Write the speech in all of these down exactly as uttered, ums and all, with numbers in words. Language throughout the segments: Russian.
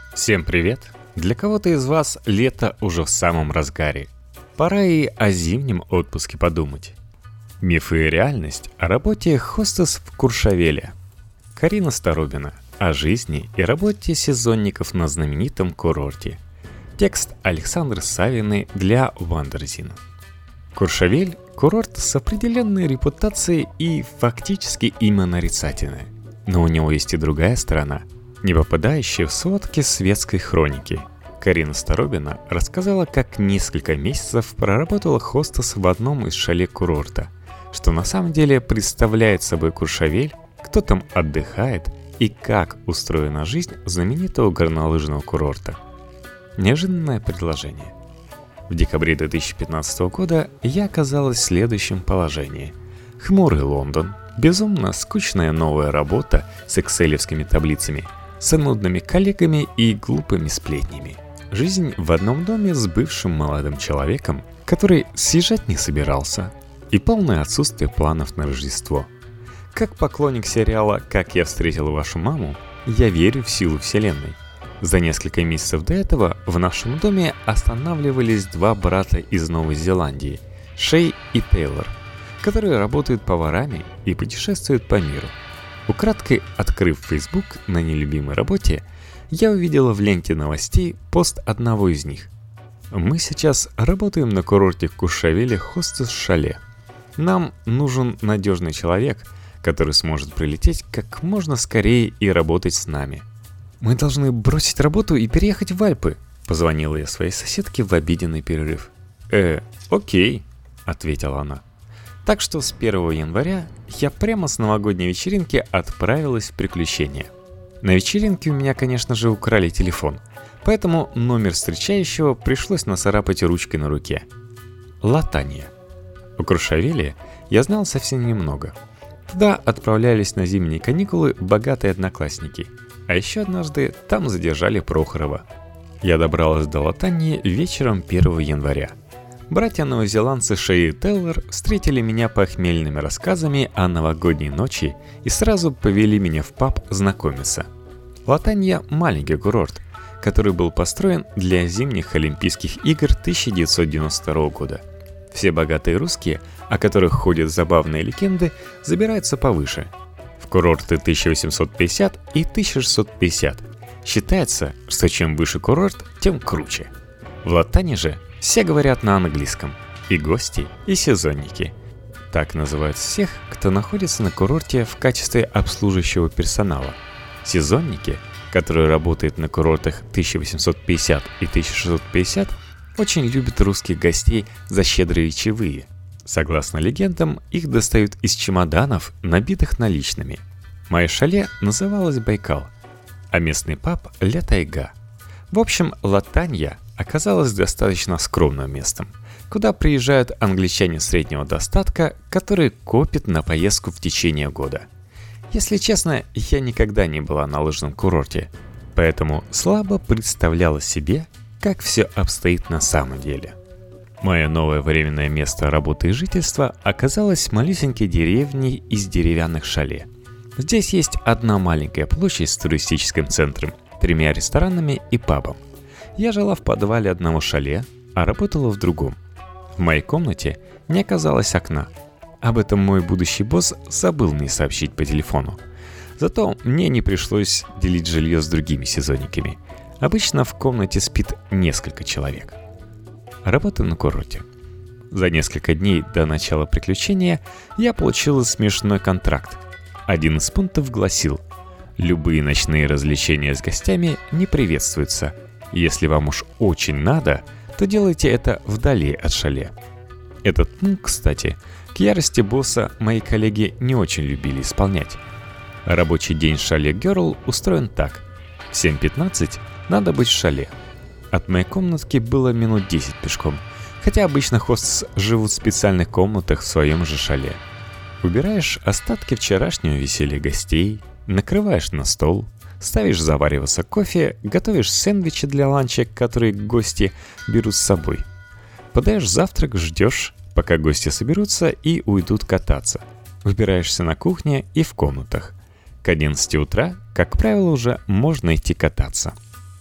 Всем привет! Для кого-то из вас лето уже в самом разгаре. Пора и о зимнем отпуске подумать. Мифы и реальность о работе хостес в Куршавеле. Карина Старобина о жизни и работе сезонников на знаменитом курорте. Текст Александры Савиной для Вандерзин. Куршавель – курорт с определенной репутацией и фактически имя нарицательное. Но у него есть и другая сторона, не попадающая в сводки светской хроники. Карина Старобина рассказала, как несколько месяцев проработала хостес в одном из шале курорта, что на самом деле представляет собой Куршавель, кто там отдыхает и как устроена жизнь знаменитого горнолыжного курорта. Неожиданное предложение. В декабре две тысячи пятнадцатого года я оказалась в следующем положении. Хмурый Лондон, безумно скучная новая работа с экселевскими таблицами, с нудными коллегами и глупыми сплетнями. Жизнь в одном доме с бывшим молодым человеком, который съезжать не собирался, и полное отсутствие планов на Рождество. Как поклонник сериала «Как я встретил вашу маму», я верю в силу вселенной. За несколько месяцев до этого в нашем доме останавливались два брата из Новой Зеландии, Шей и Тейлор, которые работают поварами и путешествуют по миру. Украдкой открыв Facebook на нелюбимой работе, я увидела в ленте новостей пост одного из них. Мы сейчас работаем на курорте в Куршавеле хостес шале. Нам нужен надежный человек, который сможет прилететь как можно скорее и работать с нами. Мы должны бросить работу и переехать в Альпы, позвонила я своей соседке в обеденный перерыв. Э, окей, ответила она. Так что с первого января я прямо с новогодней вечеринки отправилась в приключения. На вечеринке у меня, конечно же, украли телефон, поэтому номер встречающего пришлось нацарапать ручкой на руке. Латанья. О Куршавеле я знал совсем немного. Туда отправлялись на зимние каникулы богатые одноклассники, а еще однажды там задержали Прохорова. Я добралась до Латаньи вечером первого января. Братья-новозеландцы Шей и Тейлор встретили меня похмельными рассказами о новогодней ночи и сразу повели меня в паб знакомиться. Латанья – маленький курорт, который был построен для зимних Олимпийских игр тысяча девятьсот девяносто второго года. Все богатые русские, о которых ходят забавные легенды, забираются повыше. В курорты тысяча восемьсот пятьдесят и тысяча шестьсот пятьдесят. Считается, что чем выше курорт, тем круче. В Латанье же все говорят на английском, и гости, и сезонники. Так называют всех, кто находится на курорте в качестве обслуживающего персонала. Сезонники, которые работают на курортах тысяча восемьсот пятьдесят и тысяча шестьсот пятьдесят, очень любят русских гостей за щедрые чаевые. Согласно легендам, их достают из чемоданов, набитых наличными. Мое шале называлось Байкал, а местный паб – Ля Тайга. В общем, Латанья оказалась достаточно скромным местом, куда приезжают англичане среднего достатка, которые копят на поездку в течение года. Если честно, я никогда не была на лыжном курорте, поэтому слабо представляла себе, как все обстоит на самом деле. Мое новое временное место работы и жительства оказалось малюсенькой деревней из деревянных шале. Здесь есть одна маленькая площадь с туристическим центром, тремя ресторанами и пабом. Я жила в подвале одного шале, а работала в другом. В моей комнате не оказалось окна. Об этом мой будущий босс забыл мне сообщить по телефону. Зато мне не пришлось делить жилье с другими сезонниками. Обычно в комнате спит несколько человек. Работа на курорте. За несколько дней до начала приключения я получила смешной контракт. Один из пунктов гласил: любые ночные развлечения с гостями не приветствуются. Если вам уж очень надо, то делайте это вдали от шале. Этот пункт, кстати, к ярости босса мои коллеги не очень любили исполнять. Рабочий день шале Герл устроен так. В семь пятнадцать надо быть в шале. От моей комнатки было минут десять пешком, хотя обычно хостес живут в специальных комнатах в своем же шале. Убираешь остатки вчерашнего веселья гостей, накрываешь на стол, ставишь завариваться кофе, готовишь сэндвичи для ланча, которые гости берут с собой. Подаешь завтрак, ждешь, пока гости соберутся и уйдут кататься. Выбираешься на кухне и в комнатах. К одиннадцати утра, как правило, уже можно идти кататься.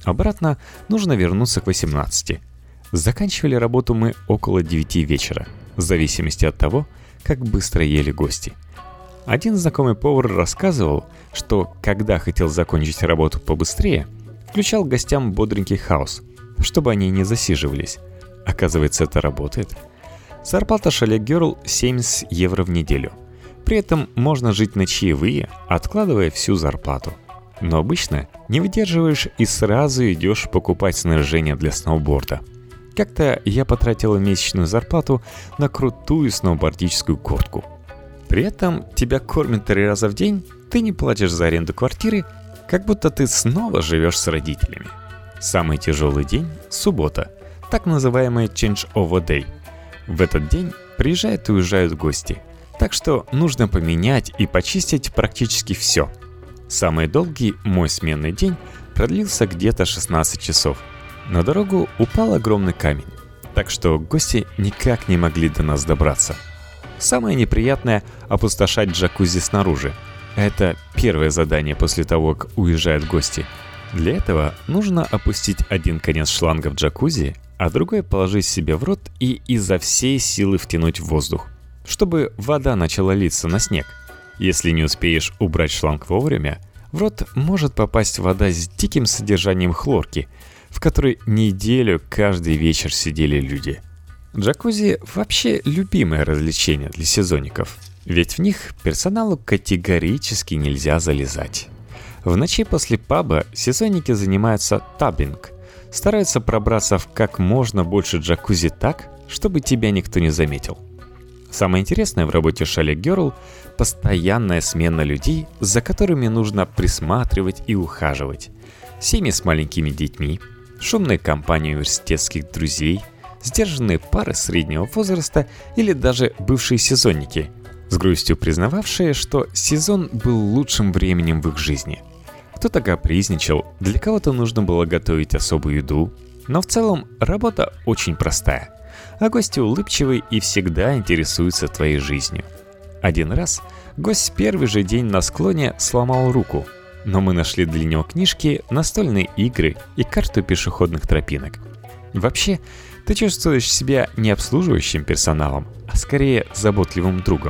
Обратно нужно вернуться к восемнадцати. Заканчивали работу мы около девяти вечера, в зависимости от того, как быстро ели гости. Один знакомый повар рассказывал, что когда хотел закончить работу побыстрее, включал гостям бодренький хаус, чтобы они не засиживались. Оказывается, это работает. Зарплата Chalet Girl семьдесят евро в неделю. При этом можно жить на чаевые, откладывая всю зарплату. Но обычно не выдерживаешь и сразу идешь покупать снаряжение для сноуборда. Как-то я потратила месячную зарплату на крутую сноубордическую куртку. При этом тебя кормят три раза в день, ты не платишь за аренду квартиры, как будто ты снова живешь с родителями. Самый тяжелый день – суббота, так называемый change-over day. В этот день приезжают и уезжают гости, так что нужно поменять и почистить практически все. Самый долгий мой сменный день продлился где-то шестнадцать часов. На дорогу упал огромный камень, так что гости никак не могли до нас добраться. Самое неприятное – опустошать джакузи снаружи. Это первое задание после того, как уезжают гости. Для этого нужно опустить один конец шланга в джакузи, а другой положить себе в рот и изо всей силы втянуть в воздух, чтобы вода начала литься на снег. Если не успеешь убрать шланг вовремя, в рот может попасть вода с диким содержанием хлорки, в которой неделю каждый вечер сидели люди. Джакузи вообще любимое развлечение для сезонников, ведь в них персоналу категорически нельзя залезать. В ночи после паба сезонники занимаются таббинг, стараются пробраться в как можно больше джакузи так, чтобы тебя никто не заметил. Самое интересное в работе Chalet Girl – постоянная смена людей, за которыми нужно присматривать и ухаживать. Семьи с маленькими детьми, шумные компании университетских друзей, сдержанные пары среднего возраста или даже бывшие сезонники, с грустью признававшие, что сезон был лучшим временем в их жизни. Кто-то капризничал, для кого-то нужно было готовить особую еду, но в целом работа очень простая, а гости улыбчивые и всегда интересуются твоей жизнью. Один раз гость в первый же день на склоне сломал руку, но мы нашли для него книжки, настольные игры и карту пешеходных тропинок. Вообще, ты чувствуешь себя не обслуживающим персоналом, а скорее заботливым другом.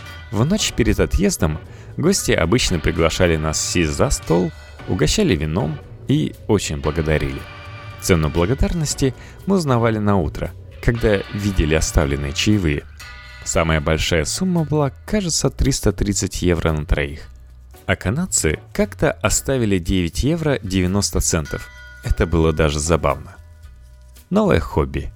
В ночь перед отъездом гости обычно приглашали нас сесть за стол, угощали вином и очень благодарили. Цену благодарности мы узнавали на утро, когда видели оставленные чаевые. Самая большая сумма была, кажется, триста тридцать евро на троих. А канадцы как-то оставили девять евро девяносто центов. Это было даже забавно. Новое хобби.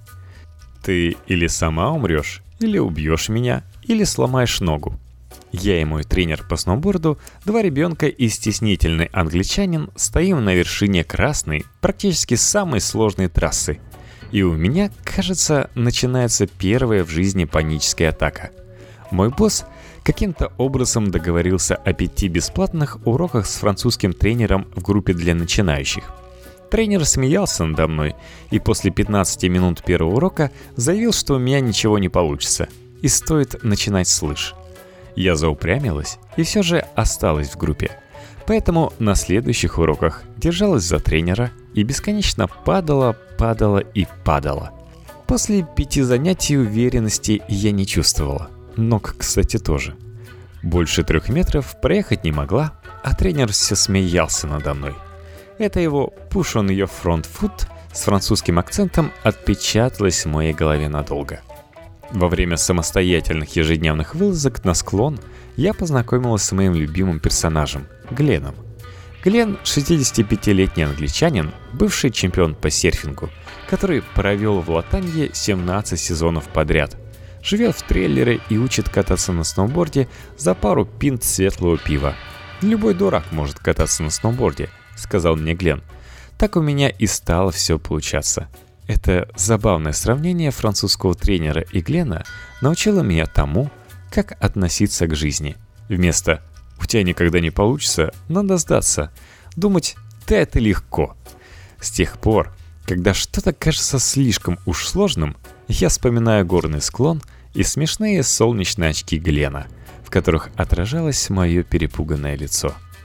Ты или сама умрешь, или убьешь меня, или сломаешь ногу. Я и мой тренер по сноуборду, два ребенка и стеснительный англичанин стоим на вершине красной, практически самой сложной трассы. И у меня, кажется, начинается первая в жизни паническая атака. Мой босс каким-то образом договорился о пяти бесплатных уроках с французским тренером в группе для начинающих. Тренер смеялся надо мной и после пятнадцати минут первого урока заявил, что у меня ничего не получится и стоит начинать с лыж. Я заупрямилась и все же осталась в группе. Поэтому на следующих уроках держалась за тренера и бесконечно падала, падала и падала. После пяти занятий уверенности я не чувствовала. Ног, кстати, тоже. Больше трех метров проехать не могла, а тренер все смеялся надо мной. Это его «push on your front foot» с французским акцентом отпечаталось в моей голове надолго. Во время самостоятельных ежедневных вылазок на склон я познакомилась с моим любимым персонажем – Гленном. Глен – шестидесятипятилетний англичанин, бывший чемпион по серфингу, который провел в Латанье семнадцать сезонов подряд. Живет в трейлере и учит кататься на сноуборде за пару пинт светлого пива. «Любой дурак может кататься на сноуборде», — сказал мне Глен. Так у меня и стало все получаться. Это забавное сравнение французского тренера и Глена научило меня тому, как относиться к жизни. Вместо «у тебя никогда не получится, надо сдаться», думать «да это легко». С тех пор, когда что-то кажется слишком уж сложным, я вспоминаю горный склон и смешные солнечные очки Глена, в которых отражалось мое перепуганное лицо.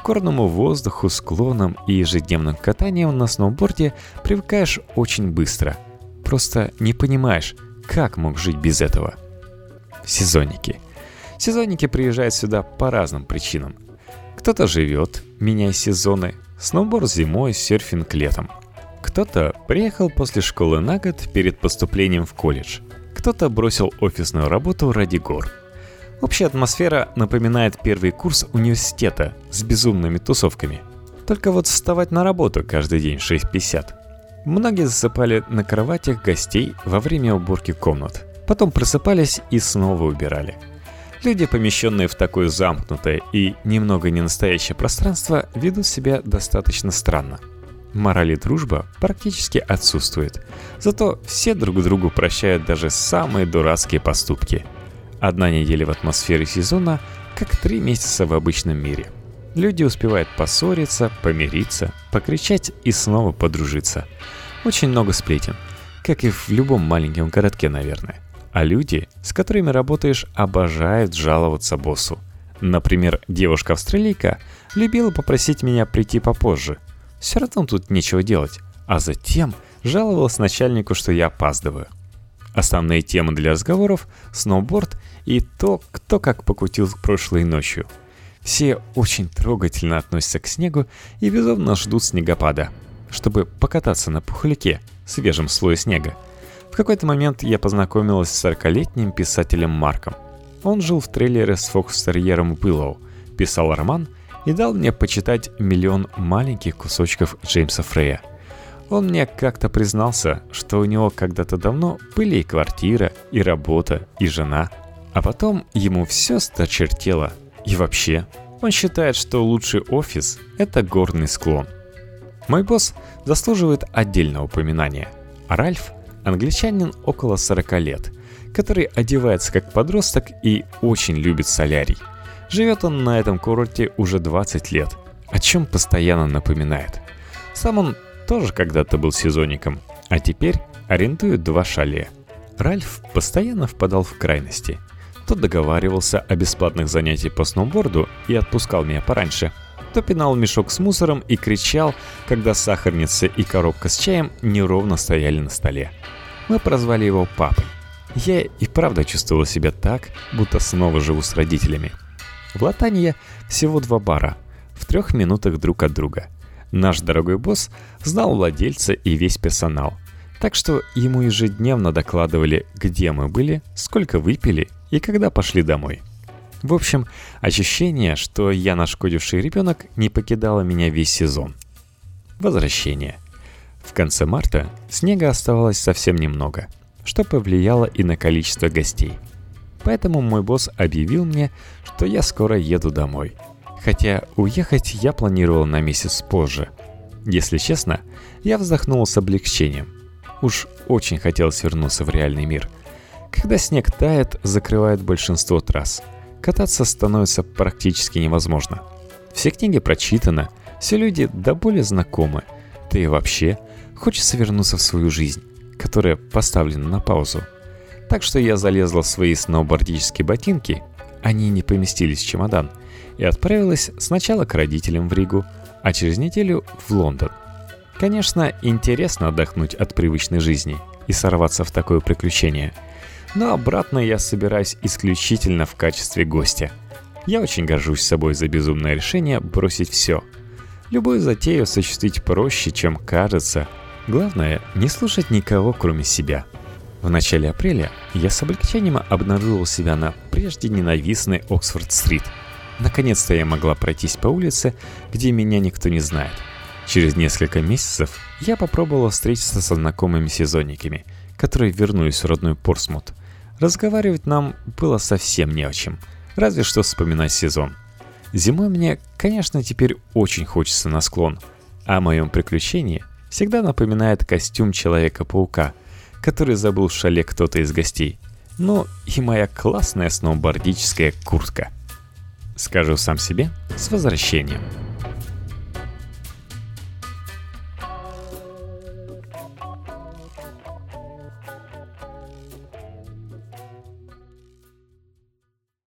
К горному воздуху, склонам и ежедневным катаниям на сноуборде привыкаешь очень быстро. Просто не понимаешь, как мог жить без этого. Сезонники. Сезонники приезжают сюда по разным причинам. Кто-то живет, меняя сезоны, сноуборд зимой, серфинг летом. Кто-то приехал после школы на год перед поступлением в колледж. Кто-то бросил офисную работу ради гор. Общая атмосфера напоминает первый курс университета с безумными тусовками. Только вот вставать на работу каждый день в шесть пятьдесят. Многие засыпали на кроватях гостей во время уборки комнат. Потом просыпались и снова убирали. Люди, помещенные в такое замкнутое и немного ненастоящее пространство, ведут себя достаточно странно. Мораль и дружба практически отсутствует. Зато все друг другу прощают даже самые дурацкие поступки. Одна неделя в атмосфере сезона, как три месяца в обычном мире. Люди успевают поссориться, помириться, покричать и снова подружиться. Очень много сплетен, как и в любом маленьком городке, наверное. А люди, с которыми работаешь, обожают жаловаться боссу. Например, девушка-австралийка любила попросить меня прийти попозже. Все равно тут нечего делать. А затем жаловалась начальнику, что я опаздываю. Основные темы для разговоров – сноуборд и то, кто как покутил прошлой ночью. Все очень трогательно относятся к снегу и безумно ждут снегопада, чтобы покататься на пухляке, свежем слое снега. В какой-то момент я познакомилась с сорокалетним писателем Марком. Он жил в трейлере с фокстерьером Уиллоу, писал роман и дал мне почитать миллион маленьких кусочков Джеймса Фрея. Он мне как-то признался, что у него когда-то давно были и квартира, и работа, и жена. А потом ему все сточертело. И вообще, он считает, что лучший офис – это горный склон. Мой босс заслуживает отдельного упоминания. Ральф – англичанин около сорока лет, который одевается как подросток и очень любит солярий. Живет он на этом курорте уже двадцать лет, о чем постоянно напоминает. Сам он тоже когда-то был сезонником, а теперь арендует два шале. Ральф постоянно впадал в крайности. То договаривался о бесплатных занятиях по сноуборду и отпускал меня пораньше, то пинал мешок с мусором и кричал, когда сахарница и коробка с чаем неровно стояли на столе. Мы прозвали его папой. Я и правда чувствовал себя так, будто снова живу с родителями. В Латанье всего два бара, в трех минутах друг от друга. Наш дорогой босс знал владельца и весь персонал, так что ему ежедневно докладывали, где мы были, сколько выпили и когда пошли домой. В общем, ощущение, что я нашкодивший ребенок, не покидало меня весь сезон. Возвращение. В конце марта снега оставалось совсем немного, что повлияло и на количество гостей. Поэтому мой босс объявил мне, что я скоро еду домой. Хотя уехать я планировал на месяц позже. Если честно, я вздохнул с облегчением. Уж очень хотелось вернуться в реальный мир. Когда снег тает, закрывает большинство трасс. Кататься становится практически невозможно. Все книги прочитаны, все люди до боли знакомы. Да и вообще, хочется вернуться в свою жизнь, которая поставлена на паузу. Так что я залезла в свои сноубордические ботинки, они не поместились в чемодан, и отправилась сначала к родителям в Ригу, а через неделю в Лондон. Конечно, интересно отдохнуть от привычной жизни и сорваться в такое приключение, но обратно я собираюсь исключительно в качестве гостя. Я очень горжусь собой за безумное решение бросить все. Любую затею осуществить проще, чем кажется. Главное, не слушать никого, кроме себя. В начале апреля я с облегчением обнаружил себя на прежде ненавистной Оксфорд-стрит. Наконец-то я могла пройтись по улице, где меня никто не знает. Через несколько месяцев я попробовала встретиться со знакомыми сезонниками, которые вернулись в родной Портсмут. Разговаривать нам было совсем не о чем, разве что вспоминать сезон. Зимой мне, конечно, теперь очень хочется на склон, а о моем приключении всегда напоминает костюм Человека-паука, который забыл в шале кто-то из гостей. Ну и моя классная сноубордическая куртка. Скажу сам себе с возвращением.